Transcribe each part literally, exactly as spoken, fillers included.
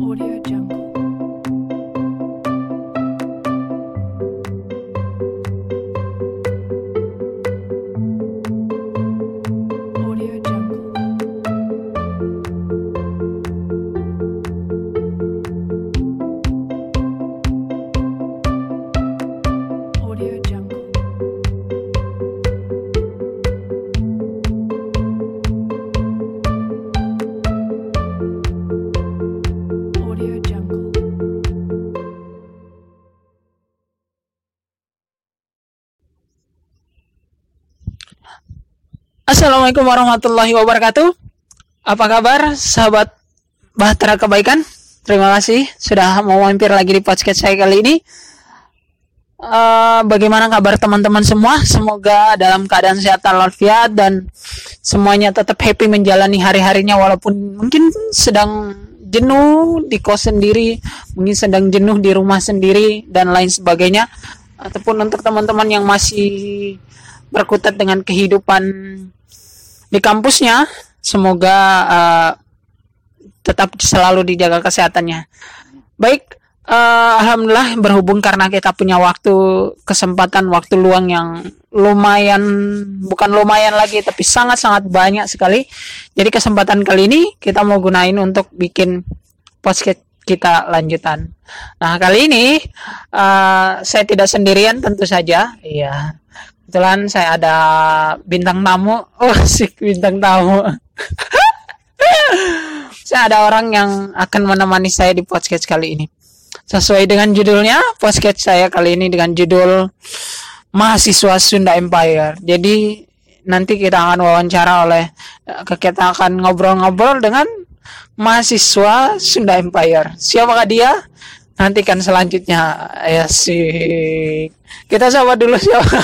Audio Jungle. Audio Jungle. Audio Jungle. Audio Jungle. Assalamualaikum warahmatullahi wabarakatuh. Apa kabar sahabat Bahtera Kebaikan? Terima kasih sudah mau mampir lagi di podcast saya kali ini. Eh, bagaimana kabar teman-teman semua? Semoga dalam keadaan sehat walafiat dan semuanya tetap happy menjalani hari-harinya walaupun mungkin sedang jenuh di kos sendiri, mungkin sedang jenuh di rumah sendiri dan lain sebagainya. Ataupun untuk teman-teman yang masih berkutat dengan kehidupan di kampusnya, semoga uh, tetap selalu dijaga kesehatannya. Baik, uh, alhamdulillah berhubung karena kita punya waktu kesempatan waktu luang yang lumayan, bukan lumayan lagi tapi sangat-sangat banyak sekali. Jadi kesempatan kali ini kita mau gunain untuk bikin podcast kita lanjutan. Nah, kali ini uh, saya tidak sendirian tentu saja. Iya. Kebetulan saya ada bintang tamu. Oh, sik bintang tamu. Saya ada orang yang akan menemani saya di podcast kali ini. Sesuai dengan judulnya, podcast saya kali ini dengan judul Mahasiswa Sunda Empire. Jadi nanti kita akan wawancara oleh kita akan ngobrol-ngobrol dengan mahasiswa Sunda Empire. Siapakah dia? Nantikan selanjutnya. Ya sih. Kita sapa dulu siapa?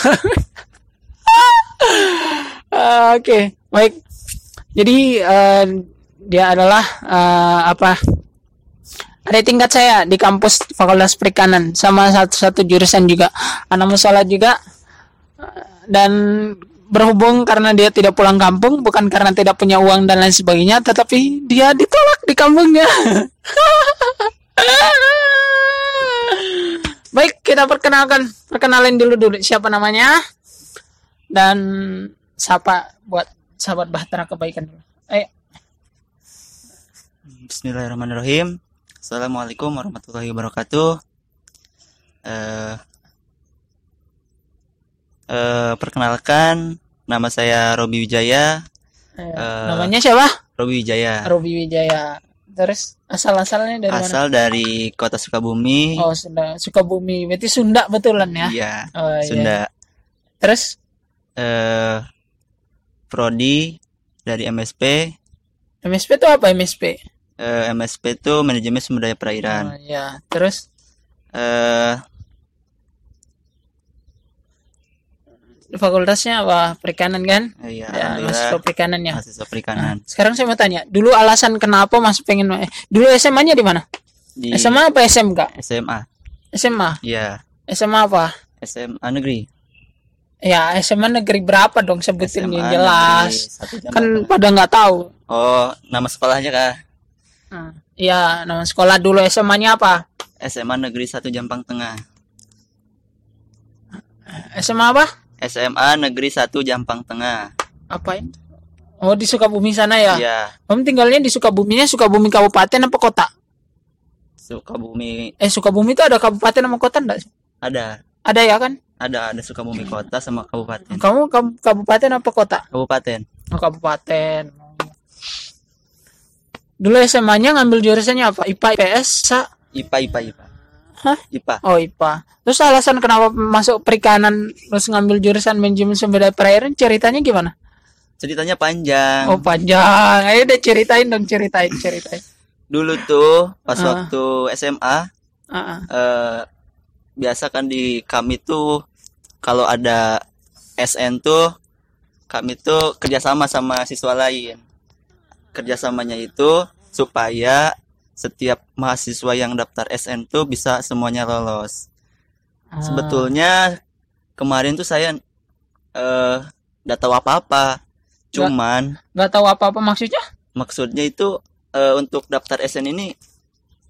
uh, Oke, okay. Baik. Jadi uh, dia adalah uh, apa? Ada tingkat saya di kampus Fakultas Perikanan sama satu-satu jurusan juga. Anak musola juga. Dan berhubung karena dia tidak pulang kampung, bukan karena tidak punya uang dan lain sebagainya, tetapi dia ditolak di kampungnya. Baik, kita perkenalkan, perkenalin dulu dulu siapa namanya dan siapa buat sahabat Bahtera Kebaikan dulu. Ayo. Bismillahirrahmanirrahim. Assalamualaikum warahmatullahi wabarakatuh. Uh, uh, perkenalkan, nama saya Robi Wijaya. Ayo. Uh, Namanya siapa? Robi Wijaya. Robi Wijaya. Terus asal-asalnya dari Asal mana? dari kota Sukabumi. Oh, Sunda, Sukabumi. Berarti Sunda betulan ya? Iya. Oh, Sunda. iya. Terus Uh, prodi dari M S P. M S P itu apa M S P? Uh, M S P itu manajemen sumber daya Oh, perairan. iya. Terus Uh, fakultasnya apa? Perikanan kan? iya, Ya, alhamdulillah masuk ke perikanan ya. mahasiswa perikanan. Sekarang saya mau tanya, dulu alasan kenapa masuk pengen eh, dulu S M A-nya di mana? Di S M A apa S M K? S M A. S M A. Iya, S M A apa? S M A negeri. Ya, S M A negeri berapa dong sebutin S M A yang jelas. negeri satu Jampang Kan Tengah. pada nggak tahu. Oh, nama sekolahnya kah? Hmm. Iya, nama sekolah dulu S M A-nya apa? S M A Negeri satu Jampang Tengah. S M A apa? S M A Negeri satu Jampang Tengah. Apain? Oh, di Sukabumi sana ya? Iya, Kamu tinggalnya di Sukabuminya Sukabumi kabupaten apa kota? Sukabumi Eh, Sukabumi itu ada kabupaten sama kota enggak sih? ada. Ada ya kan? Ada ada Sukabumi kota sama kabupaten. Kamu kab- kabupaten apa kota? Kabupaten. Oh, kabupaten. Dulu S M A-nya ngambil jurusannya apa? I P A, I P S, sa? I P A I P A I P A. Hah? I P A. Oh, I P A. Terus alasan kenapa masuk perikanan terus ngambil jurusan manajemen sumber daya perairan ceritanya gimana? Ceritanya panjang. Oh, panjang. Ayo deh ceritain dong, ceritain, ceritain. Dulu tuh pas Ah. waktu S M A Heeh. eh, biasa kan di kami tuh kalau ada S N tuh kami tuh kerjasama sama siswa lain. Kerjasamanya itu supaya setiap mahasiswa yang daftar S N tuh bisa semuanya lolos. Ah. Sebetulnya kemarin tuh saya eh nggak tahu apa-apa. Cuman Nggak tahu apa-apa maksudnya? maksudnya itu eh, untuk daftar S N ini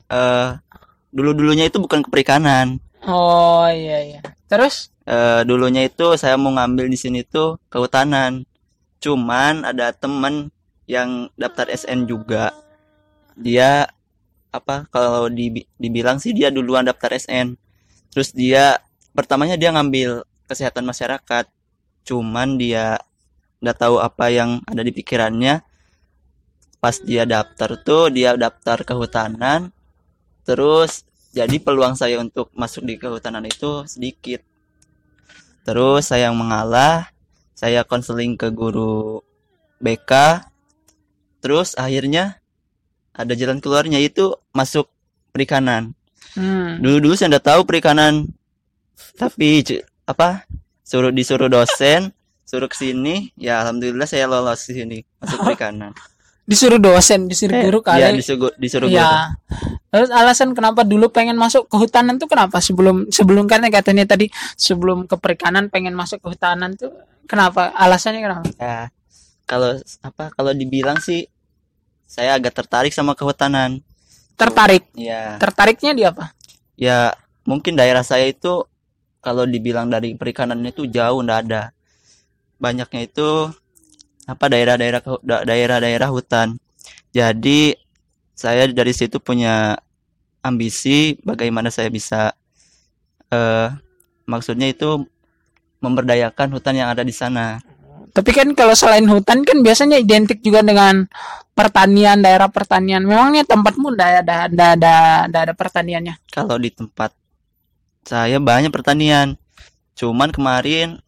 eh dulu-dulunya itu bukan ke perikanan. Oh iya iya. Terus? Eh dulunya itu saya mau ngambil di sini tuh kehutanan. Cuman ada temen yang daftar S N juga. Dia apa kalau dibi- dibilang sih dia duluan daftar S N. Terus dia pertamanya dia ngambil kesehatan masyarakat. Cuman dia nggak tahu apa yang ada di pikirannya. Pas dia daftar tuh dia daftar kehutanan. Terus jadi peluang saya untuk masuk di kehutanan itu sedikit. Terus saya yang mengalah, saya konseling ke guru B K. Terus akhirnya ada jalan keluarnya, itu masuk perikanan. Hmm. Dulu-dulu saya nggak tahu perikanan. Tapi cu- apa? Suruh disuruh dosen, suruh ke sini, ya alhamdulillah saya lolos di sini masuk perikanan. Disuruh dosen, disuruh guru kali. Iya, disuruh disuruh guru. Iya. Terus alasan kenapa dulu pengen masuk kehutanan tuh kenapa? Sebelum sebelum kan katanya tadi sebelum ke perikanan pengen masuk kehutanan tuh kenapa? Alasannya kenapa? Ya, kalau apa? Kalau dibilang sih saya agak tertarik sama kehutanan. Tertarik. Ya, Tertariknya di apa? ya mungkin daerah saya itu kalau dibilang dari perikanan itu jauh ndak ada. Banyaknya itu apa daerah-daerah ke- da- daerah-daerah hutan. Jadi saya dari situ punya ambisi bagaimana saya bisa eh maksudnya itu memberdayakan hutan yang ada di sana. Tapi kan kalau selain hutan kan biasanya identik juga dengan pertanian, daerah pertanian. Memangnya tempatmu ndak ada ndak ada ndak ada pertaniannya? Kalau di tempat saya banyak pertanian. Cuman kemarin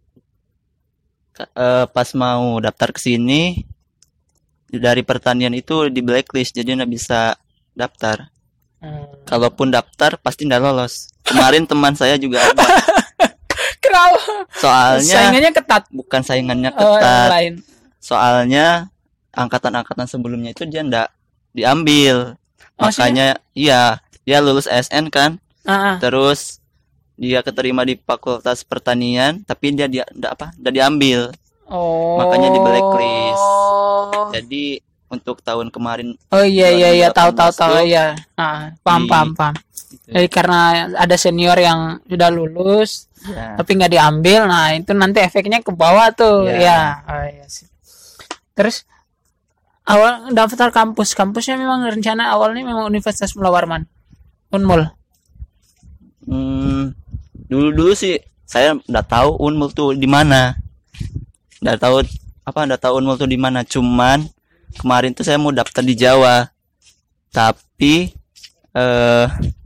ka- eh, pas mau daftar ke sini dari pertanian itu di blacklist jadi nggak bisa daftar. Kalaupun daftar pasti nggak lolos. Kemarin teman saya juga ada. Kenapa? Soalnya Saingannya ketat. bukan saingannya Oh, yang ketat. lain. Soalnya angkatan-angkatan sebelumnya itu dia nggak diambil. Maksudnya? Makanya iya, dia lulus A S N kan. Ah, ah. Terus dia keterima di Fakultas Pertanian, tapi dia dia nggak apa? Nggak diambil. Oh. Makanya di blacklist. Jadi untuk tahun kemarin Oh iya iya iya tahu tahu dua ribu delapan belas tahu tuh iya. Ah, paham di- paham paham. gitu. Jadi karena ada senior yang sudah lulus Ya. tapi nggak diambil, nah itu nanti efeknya ke bawah tuh. Ya. Ya. Oh iya sih. Terus awal daftar kampus, kampusnya memang rencana awalnya memang Universitas Mula Warman. Unmul. Hmm, dulu-dulu sih saya nggak tahu Unmul tuh di mana. Nggak tahu apa nggak tahu Unmul tuh di mana. Cuman kemarin tuh saya mau daftar di Jawa. Tapi eh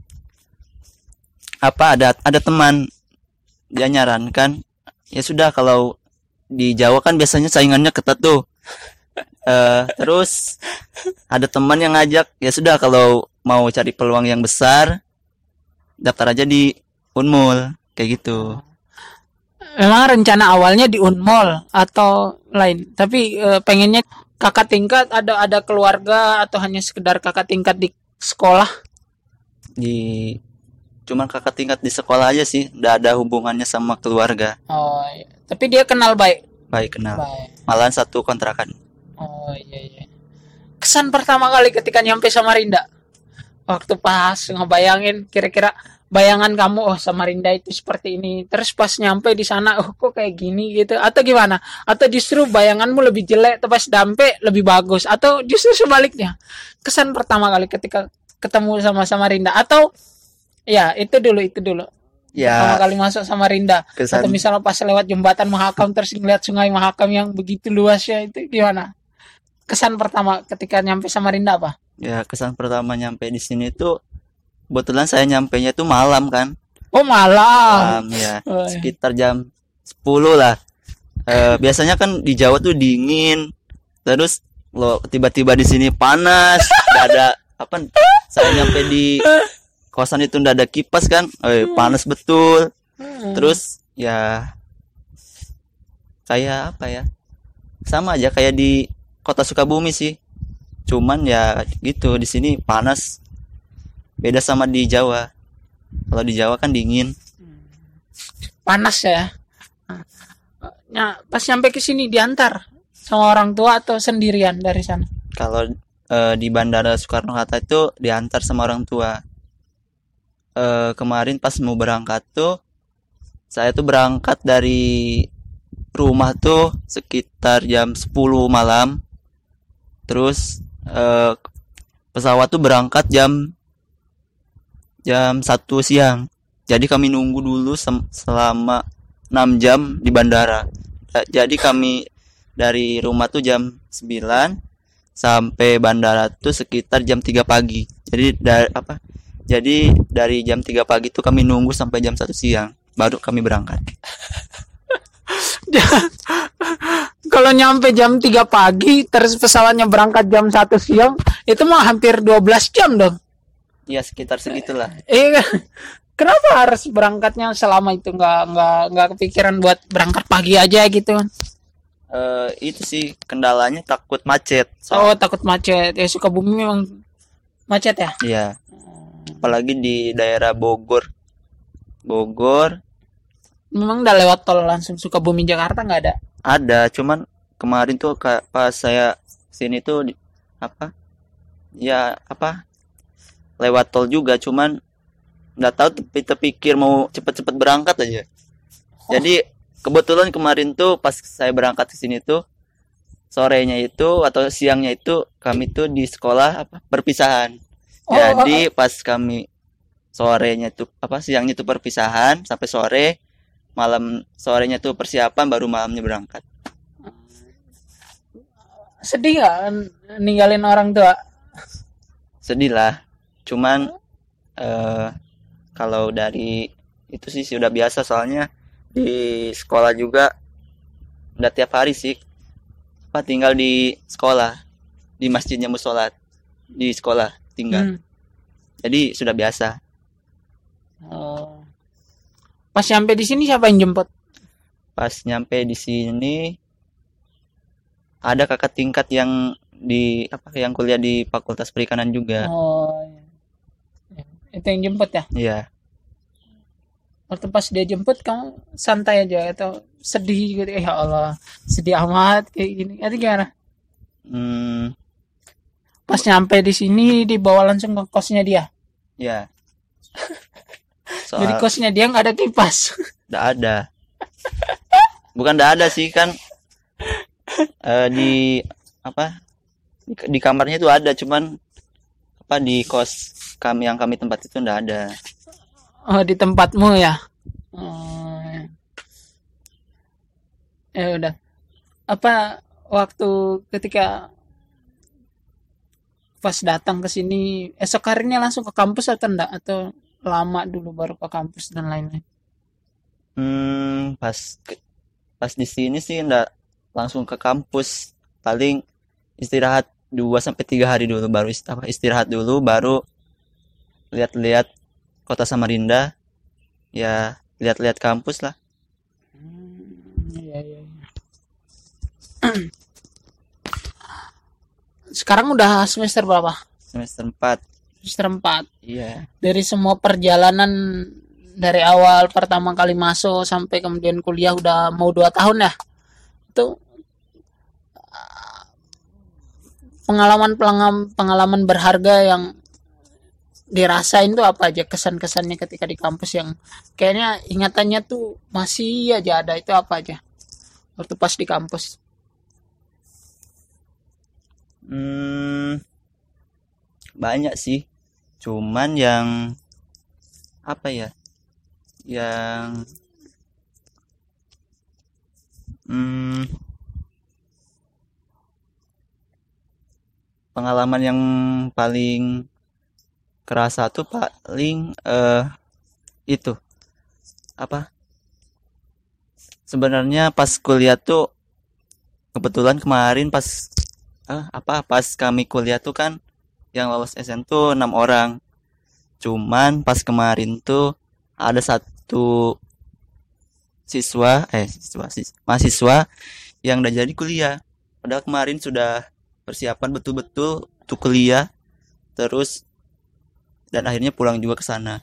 apa ada ada teman dia nyarankan ya sudah kalau di Jawa kan biasanya saingannya ketat tuh. Eh terus ada teman yang ngajak ya sudah kalau mau cari peluang yang besar daftar aja di Unmul kayak gitu. Memang rencana awalnya di Unmul atau lain, tapi eh, pengennya kakak tingkat ada ada keluarga atau hanya sekedar kakak tingkat di sekolah? Di cuman kakak tingkat di sekolah aja sih, nggak ada hubungannya sama keluarga. Oh, iya. Tapi dia kenal baik. Baik kenal. Baik. Malahan satu kontrakan. Oh iya iya. Kesan pertama kali ketika nyampe Samarinda, waktu pas ngebayangin kira-kira bayangan kamu oh Samarinda itu seperti ini. Terus pas nyampe di sana oh kok kayak gini gitu atau gimana? Atau justru bayanganmu lebih jelek, pas dampe lebih bagus atau justru sebaliknya? Kesan pertama kali ketika ketemu sama Samarinda atau ya itu dulu itu dulu. Pertama Ya kali masuk Samarinda kesan atau misalnya pas lewat jembatan Mahakam terus ngeliat sungai Mahakam yang begitu luasnya itu gimana? Kesan pertama ketika nyampe Samarinda apa? ya kesan pertama nyampe di sini tuh kebetulan saya nyampenya tuh malam kan. Oh malam. Malam ya Oh, iya. sekitar jam sepuluh lah. Eh, biasanya kan di Jawa tuh dingin. Terus lo tiba-tiba di sini panas, nggak ada apa? Saya nyampe di kosan itu nggak ada kipas kan, eh, panas betul. Hmm. Terus ya kayak apa ya? Sama aja kayak di kota Sukabumi sih. Cuman ya gitu di sini panas. Beda sama di Jawa. Kalau di Jawa kan dingin. Panas ya. Nah, pas nyampe ke sini diantar sama orang tua atau sendirian dari sana? Kalau eh, di Bandara Soekarno-Hatta itu diantar sama orang tua. Eh, kemarin pas mau berangkat tuh, saya tuh berangkat dari rumah tuh sekitar jam sepuluh malam. Terus eh, pesawat tuh berangkat jam jam satu siang. Jadi kami nunggu dulu sem- selama enam jam di bandara. Ja- Jadi kami dari rumah tuh jam sembilan sampai bandara tuh sekitar jam tiga pagi. Jadi dari apa? Jadi dari jam tiga pagi tuh kami nunggu sampai jam satu siang baru kami berangkat. Kalau nyampe jam tiga pagi terus pesawatnya berangkat jam satu siang, itu mah hampir dua belas jam dong. Ya sekitar segitulah. Eh, kenapa harus berangkatnya selama itu, nggak nggak nggak kepikiran buat berangkat pagi aja gitu? Eh itu sih kendalanya takut macet. Oh, Soal takut macet. Ya Sukabumi memang macet ya. iya, apalagi di daerah Bogor. Bogor Memang udah lewat tol langsung Sukabumi Jakarta nggak ada. ada, cuman kemarin tuh ka- pas saya sini tuh di- apa? Ya apa? Lewat tol juga, cuman nggak tahu tapi terpikir mau cepet-cepet berangkat aja. Jadi kebetulan kemarin tuh pas saya berangkat ke sini tuh sorenya itu atau siangnya itu kami tuh di sekolah apa perpisahan. Oh, Jadi pas kami sorenya tuh apa siangnya tuh perpisahan sampai sore, malam sorenya tuh persiapan baru malamnya berangkat. Sedih nggak ninggalin orang tua? Sedih lah. Cuman eh kalau dari itu sih sudah biasa soalnya di sekolah juga udah tiap hari sih apa tinggal di sekolah di masjidnya musola di sekolah tinggal. Hmm. Jadi sudah biasa. Oh. Pas sampai di sini siapa yang jemput? Pas nyampe di sini ada kakak tingkat yang di apa yang kuliah di Fakultas Perikanan juga. Oh, iya. Itu yang jemput ya? Iya. Waktu pas dia jemput kamu santai aja atau sedih gitu? Ya Allah, sedih amat kayak gini. Itu gimana? Hmm, Pas nyampe di sini dibawa langsung ke kosnya dia. ya. Jadi Soal kosnya dia nggak ada kipas. nggak ada. Bukan nggak ada sih kan eh, di apa di, di kamarnya itu ada cuman apa di kos kami yang kami tempat itu nggak ada. Oh, di tempatmu ya? Oh, ya. Ya udah. Apa waktu ketika pas datang ke sini esok harinya langsung ke kampus atau enggak, atau lama dulu baru ke kampus dan lain-lain? Hmm, pas ke- pas di sini sih nggak langsung ke kampus, paling istirahat dua sampai tiga hari dulu baru ist- apa, istirahat dulu baru lihat-lihat kota Samarinda, ya lihat-lihat kampus lah. Hmm, iya, iya, iya. Sekarang udah semester berapa? Semester empat. Semester empat. Iya. Dari semua perjalanan dari awal pertama kali masuk sampai kemudian kuliah udah mau dua tahun ya. Itu pengalaman pengalaman pengalaman berharga yang dirasain tuh apa aja, kesan-kesannya ketika di kampus yang kayaknya ingatannya tuh masih aja ada, itu apa aja waktu pas di kampus? Hmm, banyak sih. Cuman yang apa ya? Yang hmm, pengalaman yang paling kerasa tuh paling eh itu apa? Sebenarnya pas kuliah tuh kebetulan kemarin pas eh, apa pas kami kuliah tuh kan yang lolos S N tuh enam orang. Cuman pas kemarin tuh ada satu siswa eh siswa sis- mahasiswa yang udah jadi kuliah. Padahal kemarin sudah persiapan betul-betul untuk kuliah terus dan akhirnya pulang juga ke sana.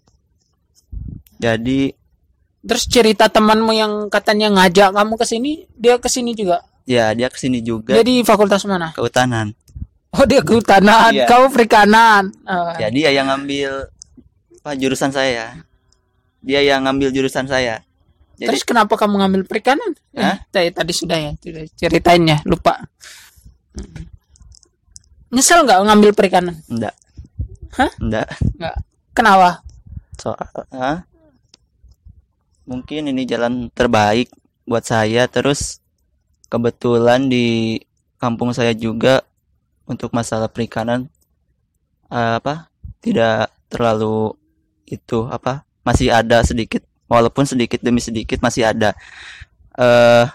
Jadi Terus cerita temanmu yang katanya ngajak kamu ke sini, dia ke sini juga? ya dia kesini juga Dia di fakultas mana? kehutanan. Oh, dia kehutanan, Iya. kamu perikanan. Oh. Ya dia yang ngambil apa jurusan saya. Dia yang ngambil jurusan saya. Jadi Terus kenapa kamu ngambil perikanan? Hah? Eh, tadi, tadi sudah ya, sudah ceritainnya, lupa. Hmm. Nyesel nggak ngambil perikanan? enggak. Hah? Enggak. Nggak. Kenapa? Soal Hah? Mungkin ini jalan terbaik buat saya. Terus kebetulan di kampung saya juga untuk masalah perikanan eh, apa tidak terlalu itu apa masih ada sedikit, walaupun sedikit demi sedikit masih ada. eh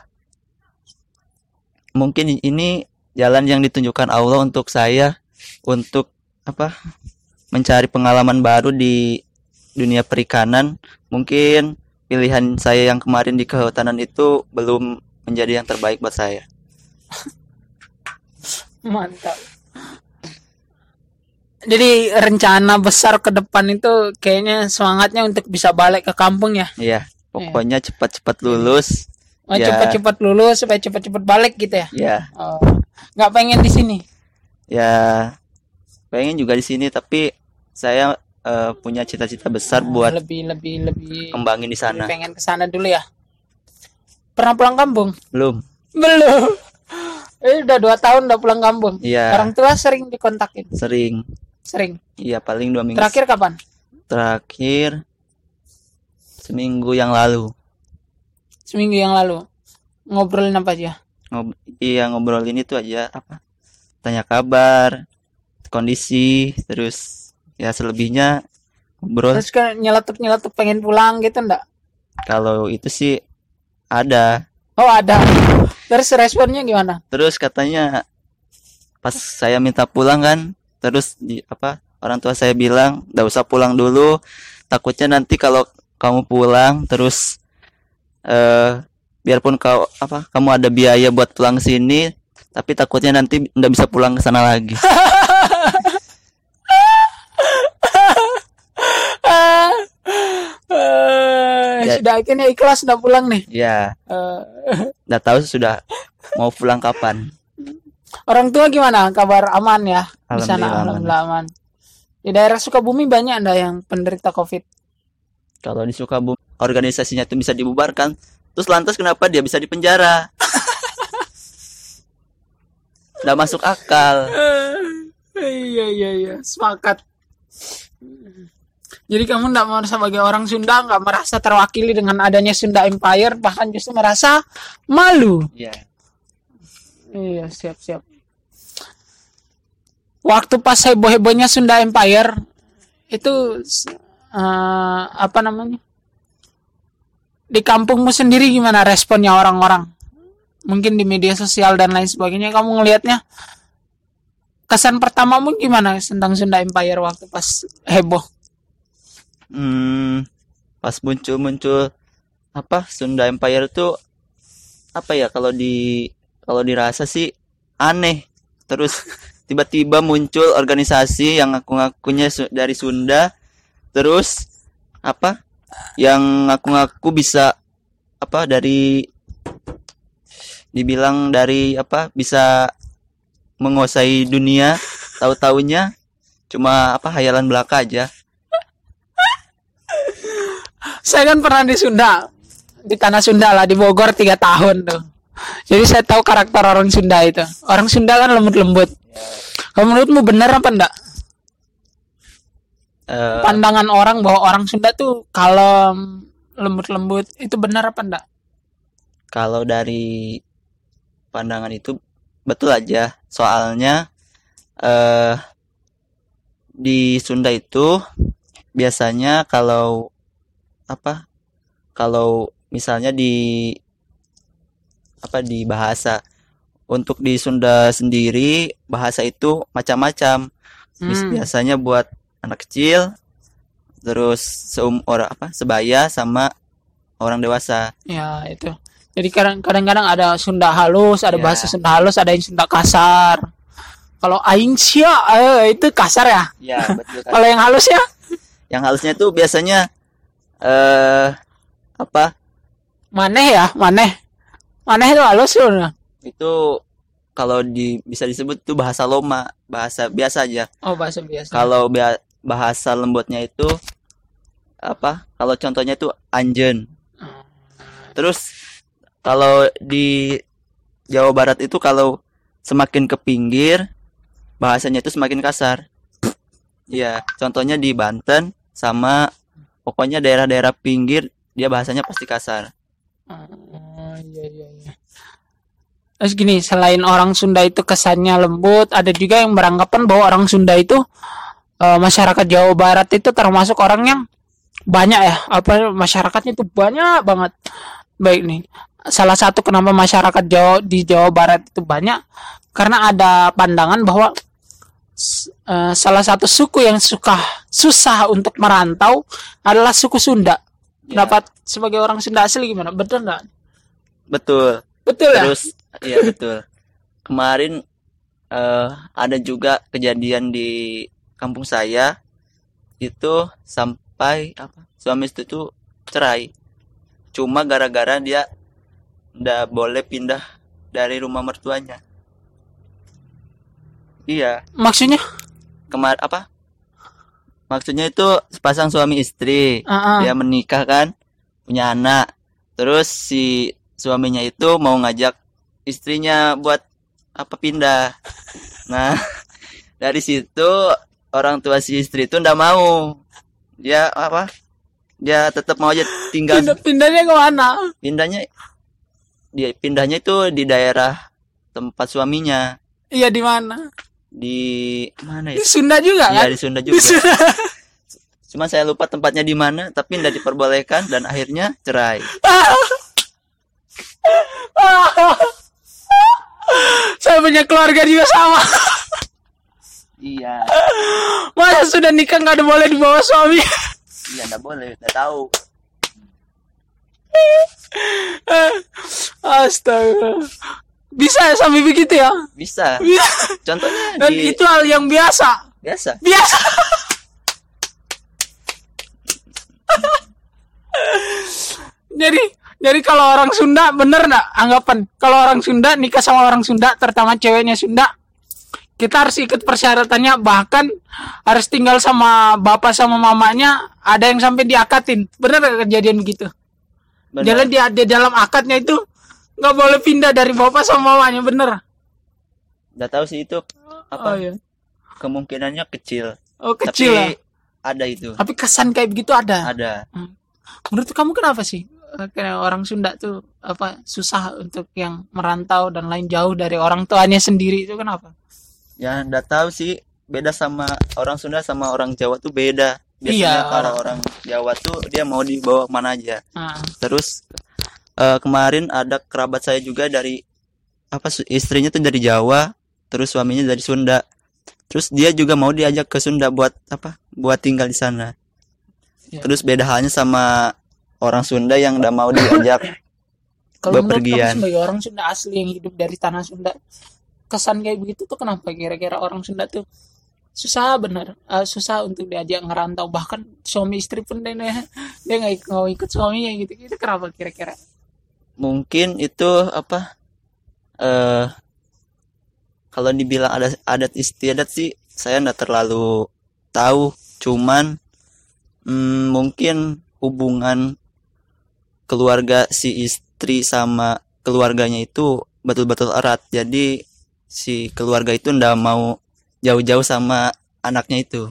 Mungkin ini jalan yang ditunjukkan Allah untuk saya untuk apa mencari pengalaman baru di dunia perikanan. Mungkin pilihan saya yang kemarin di kehutanan itu belum menjadi yang terbaik buat saya. Mantap. Jadi rencana besar ke depan itu kayaknya semangatnya untuk bisa balik ke kampung ya. Iya, pokoknya cepat-cepat lulus. Oh, Ya. cepat-cepat lulus supaya cepat-cepat balik gitu ya. Ya, Oh, nggak pengen di sini. ya pengen juga di sini, tapi saya eh, punya cita-cita besar buat lebih lebih lebih kembangin di sana. lebih pengen ke sana dulu ya. Pernah pulang kampung? Belum. Belum. Eh, udah dua tahun udah pulang kampung. Iya, Orang tua sering dikontakin. sering. Sering. Iya, paling dua minggu. Terakhir kapan? Terakhir seminggu yang lalu. Seminggu yang lalu. Ngobrolin apa aja? Ngob iya ngobrolin itu aja apa? Tanya kabar, kondisi, terus ya selebihnya ngobrol. Terus kan nyeletuk-nyeletuk pengen pulang gitu enggak? Kalau itu sih ada. Oh, ada. Terus responnya gimana? Terus katanya pas saya minta pulang kan, terus di apa? Orang tua saya bilang, "Enggak usah pulang dulu. Takutnya nanti kalau kamu pulang terus eh biarpun kau apa kamu ada biaya buat pulang ke sini, tapi takutnya nanti enggak bisa pulang ke sana lagi." Eh, Ya. Sudah akhirnya ikhlas udah pulang nih. Ya, Eh, enggak tahu sudah mau pulang kapan. orang tua gimana? Kabar aman ya di sana? Alhamdulillah aman. Alhamdulillah aman. Di daerah Sukabumi banyak ada yang penderita COVID. Kalau di Sukabumi organisasinya itu bisa dibubarkan, terus lantas kenapa dia bisa dipenjara? Nggak masuk akal. Iya iya iya, sepakat. Jadi kamu tidak merasa sebagai orang Sunda nggak merasa terwakili dengan adanya Sunda Empire, bahkan justru merasa malu. Iya. Iya, siap-siap. Waktu pas heboh-hebohnya Sunda Empire itu eh, apa namanya? Di kampungmu sendiri gimana responnya orang-orang? Mungkin di media sosial dan lain sebagainya kamu ngelihatnya kesan pertamamu gimana tentang Sunda Empire waktu pas heboh? Hmm, pas muncul-muncul apa Sunda Empire tuh apa ya kalau di kalau dirasa sih aneh. Terus tiba-tiba muncul organisasi yang ngaku-ngakunya su- dari Sunda, terus apa yang ngaku-ngaku bisa apa dari dibilang dari apa bisa menguasai dunia, tahu-taunya cuma apa hayalan belaka aja. Saya kan pernah di Sunda, di tanah Sunda lah, di Bogor tiga tahun tuh. Jadi saya tahu karakter orang Sunda itu. Orang Sunda kan lembut-lembut. Kalau menurutmu benar apa enggak? Eh, Pandangan orang bahwa orang Sunda tuh kalem, lembut-lembut, itu benar apa enggak? kalau dari pandangan itu betul aja. Soalnya eh di Sunda itu biasanya kalau apa kalau misalnya di apa di bahasa untuk di Sunda sendiri bahasa itu macam-macam. Bis- Hmm. Biasanya buat anak kecil, terus seumur apa sebaya sama orang dewasa. Ya, itu. Jadi kadang- kadang-kadang ada Sunda halus, ada Ya. bahasa Sunda halus, ada yang Sunda kasar. Kalau aing sia, eh, itu kasar ya. Ya betul kan. Kalau yang halus ya, Yang halusnya tuh biasanya eh apa maneh ya, maneh. Maneh itu halus loh. itu kalau di bisa disebut itu bahasa Loma, bahasa biasa aja. Oh, bahasa biasa. Kalau bia- bahasa lembutnya itu apa? Kalau contohnya itu anjen. Terus kalau di Jawa Barat itu kalau semakin ke pinggir bahasanya itu semakin kasar. Iya, contohnya di Banten sama pokoknya daerah-daerah pinggir dia bahasanya pasti kasar. Oh, iya iya iya. Terus gini, selain orang Sunda itu kesannya lembut, ada juga yang beranggapan bahwa orang Sunda itu eh, masyarakat Jawa Barat itu termasuk orang yang banyak ya, apa masyarakatnya itu banyak banget. Baik nih, salah satu kenapa masyarakat Jawa di Jawa Barat itu banyak karena ada pandangan bahwa s- eh, salah satu suku yang suka susah untuk merantau adalah suku Sunda. Ya, Dapat sebagai orang Sunda asli gimana? Betul nggak? betul. Betul ya? Terus iya betul. Kemarin eh, ada juga kejadian di kampung saya itu sampai apa? Suami istri itu cerai. Cuma gara-gara dia ndak boleh pindah dari rumah mertuanya. Iya, Maksudnya? kemar apa? Maksudnya itu sepasang suami istri. Ah, ah. Dia menikah kan, punya anak. Terus si suaminya itu mau ngajak istrinya buat apa pindah. Nah, dari situ orang tua si istri itu ndak mau. Dia apa? Dia tetap mau aja tinggal. Pindah pindahnya ke mana? Pindahnya dia pindahnya itu di daerah tempat suaminya Iya di mana? di mana ya? Di Sunda juga Iya kan? di Sunda Di juga. Sunda. Cuma saya lupa tempatnya di mana, tapi tidak diperbolehkan dan akhirnya cerai. Saya punya keluarga juga sama. Iya, Masa sudah nikah nggak ada boleh dibawa suami? iya enggak boleh, enggak tahu. Astaga. Bisa ya sampai begitu ya? Bisa. Bisa. Contohnya Dan di itu hal yang biasa. biasa. Biasa. Jadi jadi kalau orang Sunda bener nggak anggapan kalau orang Sunda nikah sama orang Sunda terutama ceweknya Sunda kita harus ikut persyaratannya bahkan harus tinggal sama bapak sama mamanya ada yang sampai diakatin bener nggak kejadian begitu? Benar. Jalan di, di dalam akadnya itu nggak boleh pindah dari bapak sama mamanya bener? Enggak tahu sih itu Oh apa iya. kemungkinannya kecil. Oh kecil lah. Tapi ada itu. Tapi kesan kayak begitu ada. Ada. Menurut kamu kenapa sih? Eh, Kayak orang Sunda tuh apa susah untuk yang merantau dan lain jauh dari orang tuanya sendiri itu kenapa? Ya enggak tahu sih, beda sama orang Sunda sama orang Jawa tuh beda. Biasanya Iya. kalau orang Jawa tuh dia mau dibawa kemana aja. Nah, Terus eh, kemarin ada kerabat saya juga dari apa su- istrinya tuh dari Jawa, terus suaminya dari Sunda. Terus dia juga mau diajak ke Sunda buat apa? Buat tinggal di sana. Ya. Terus beda halnya sama orang Sunda yang udah mau diajak kalau menurut kamu bepergian. sebagai orang Sunda asli yang hidup dari tanah Sunda, kesan kayak begitu tuh kenapa kira-kira orang Sunda tuh susah bener, eh, susah untuk diajak ngerantau bahkan suami istri pun dia dia nggak ik- nggak ikut suaminya gitu, itu kenapa kira-kira? Mungkin itu apa? Eh kalau dibilang ada adat istiadat sih saya nggak terlalu tahu. Cuman mm, mungkin hubungan keluarga si istri sama keluarganya itu betul-betul erat. Jadi si keluarga itu ndak mau jauh-jauh sama anaknya itu.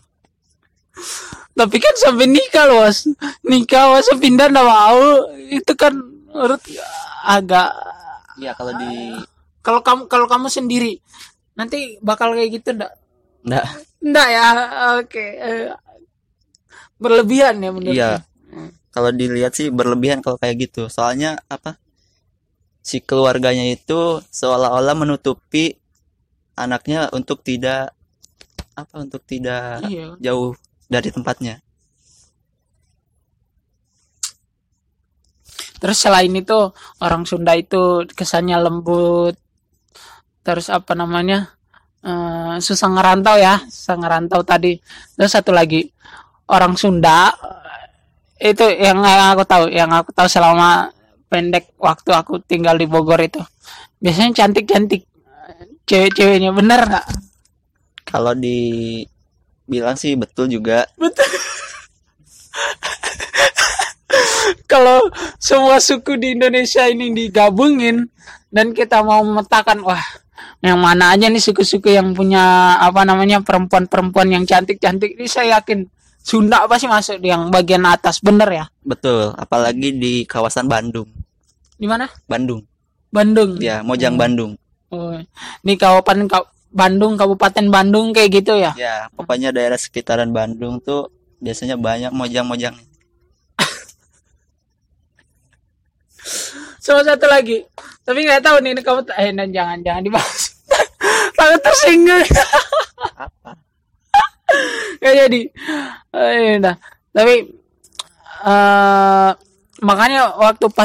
Tapi kan sampai nikah loh, Mas. Nikah masa pindah nggak mau, itu kan menurut agak. Iya kalau di Kalau kamu kalau kamu sendiri nanti bakal kayak gitu ndak? ndak Ndak ya, oke. Eh, berlebihan ya menurut. iya kalau dilihat sih berlebihan kalau kayak gitu. Soalnya apa? Si keluarganya itu seolah-olah menutupi anaknya untuk tidak apa untuk tidak Iya. jauh dari tempatnya. Terus selain itu orang Sunda itu kesannya lembut. Terus apa namanya? Eh, susah ngerantau ya, susah ngerantau tadi. Terus satu lagi orang Sunda eh, itu yang, yang aku tahu, yang aku tahu selama pendek waktu aku tinggal di Bogor itu. Biasanya cantik-cantik. cewek-ceweknya, bener nggak? Kalau dibilang sih betul juga. Betul. Kalau semua suku di Indonesia ini digabungin dan kita mau memetakan, wah, yang mana aja nih suku-suku yang punya apa namanya perempuan-perempuan yang cantik-cantik ini, saya yakin Sunda pasti masuk di yang bagian atas, bener ya? Betul, apalagi di kawasan Bandung. Di mana? Bandung. Bandung. Ya, Mojang Hmm. Bandung. Oh, ini kabupaten Ka- Bandung, Kabupaten Bandung kayak gitu ya? Ya, pokoknya daerah sekitaran Bandung tuh biasanya banyak mojang-mojang. Sama satu lagi, tapi nggak tahu nih ini kamu, eh dan jangan jangan dibahas. Takut tersinggung. Apa? Kayak jadi, eh, udah. Tapi eh makanya waktu pas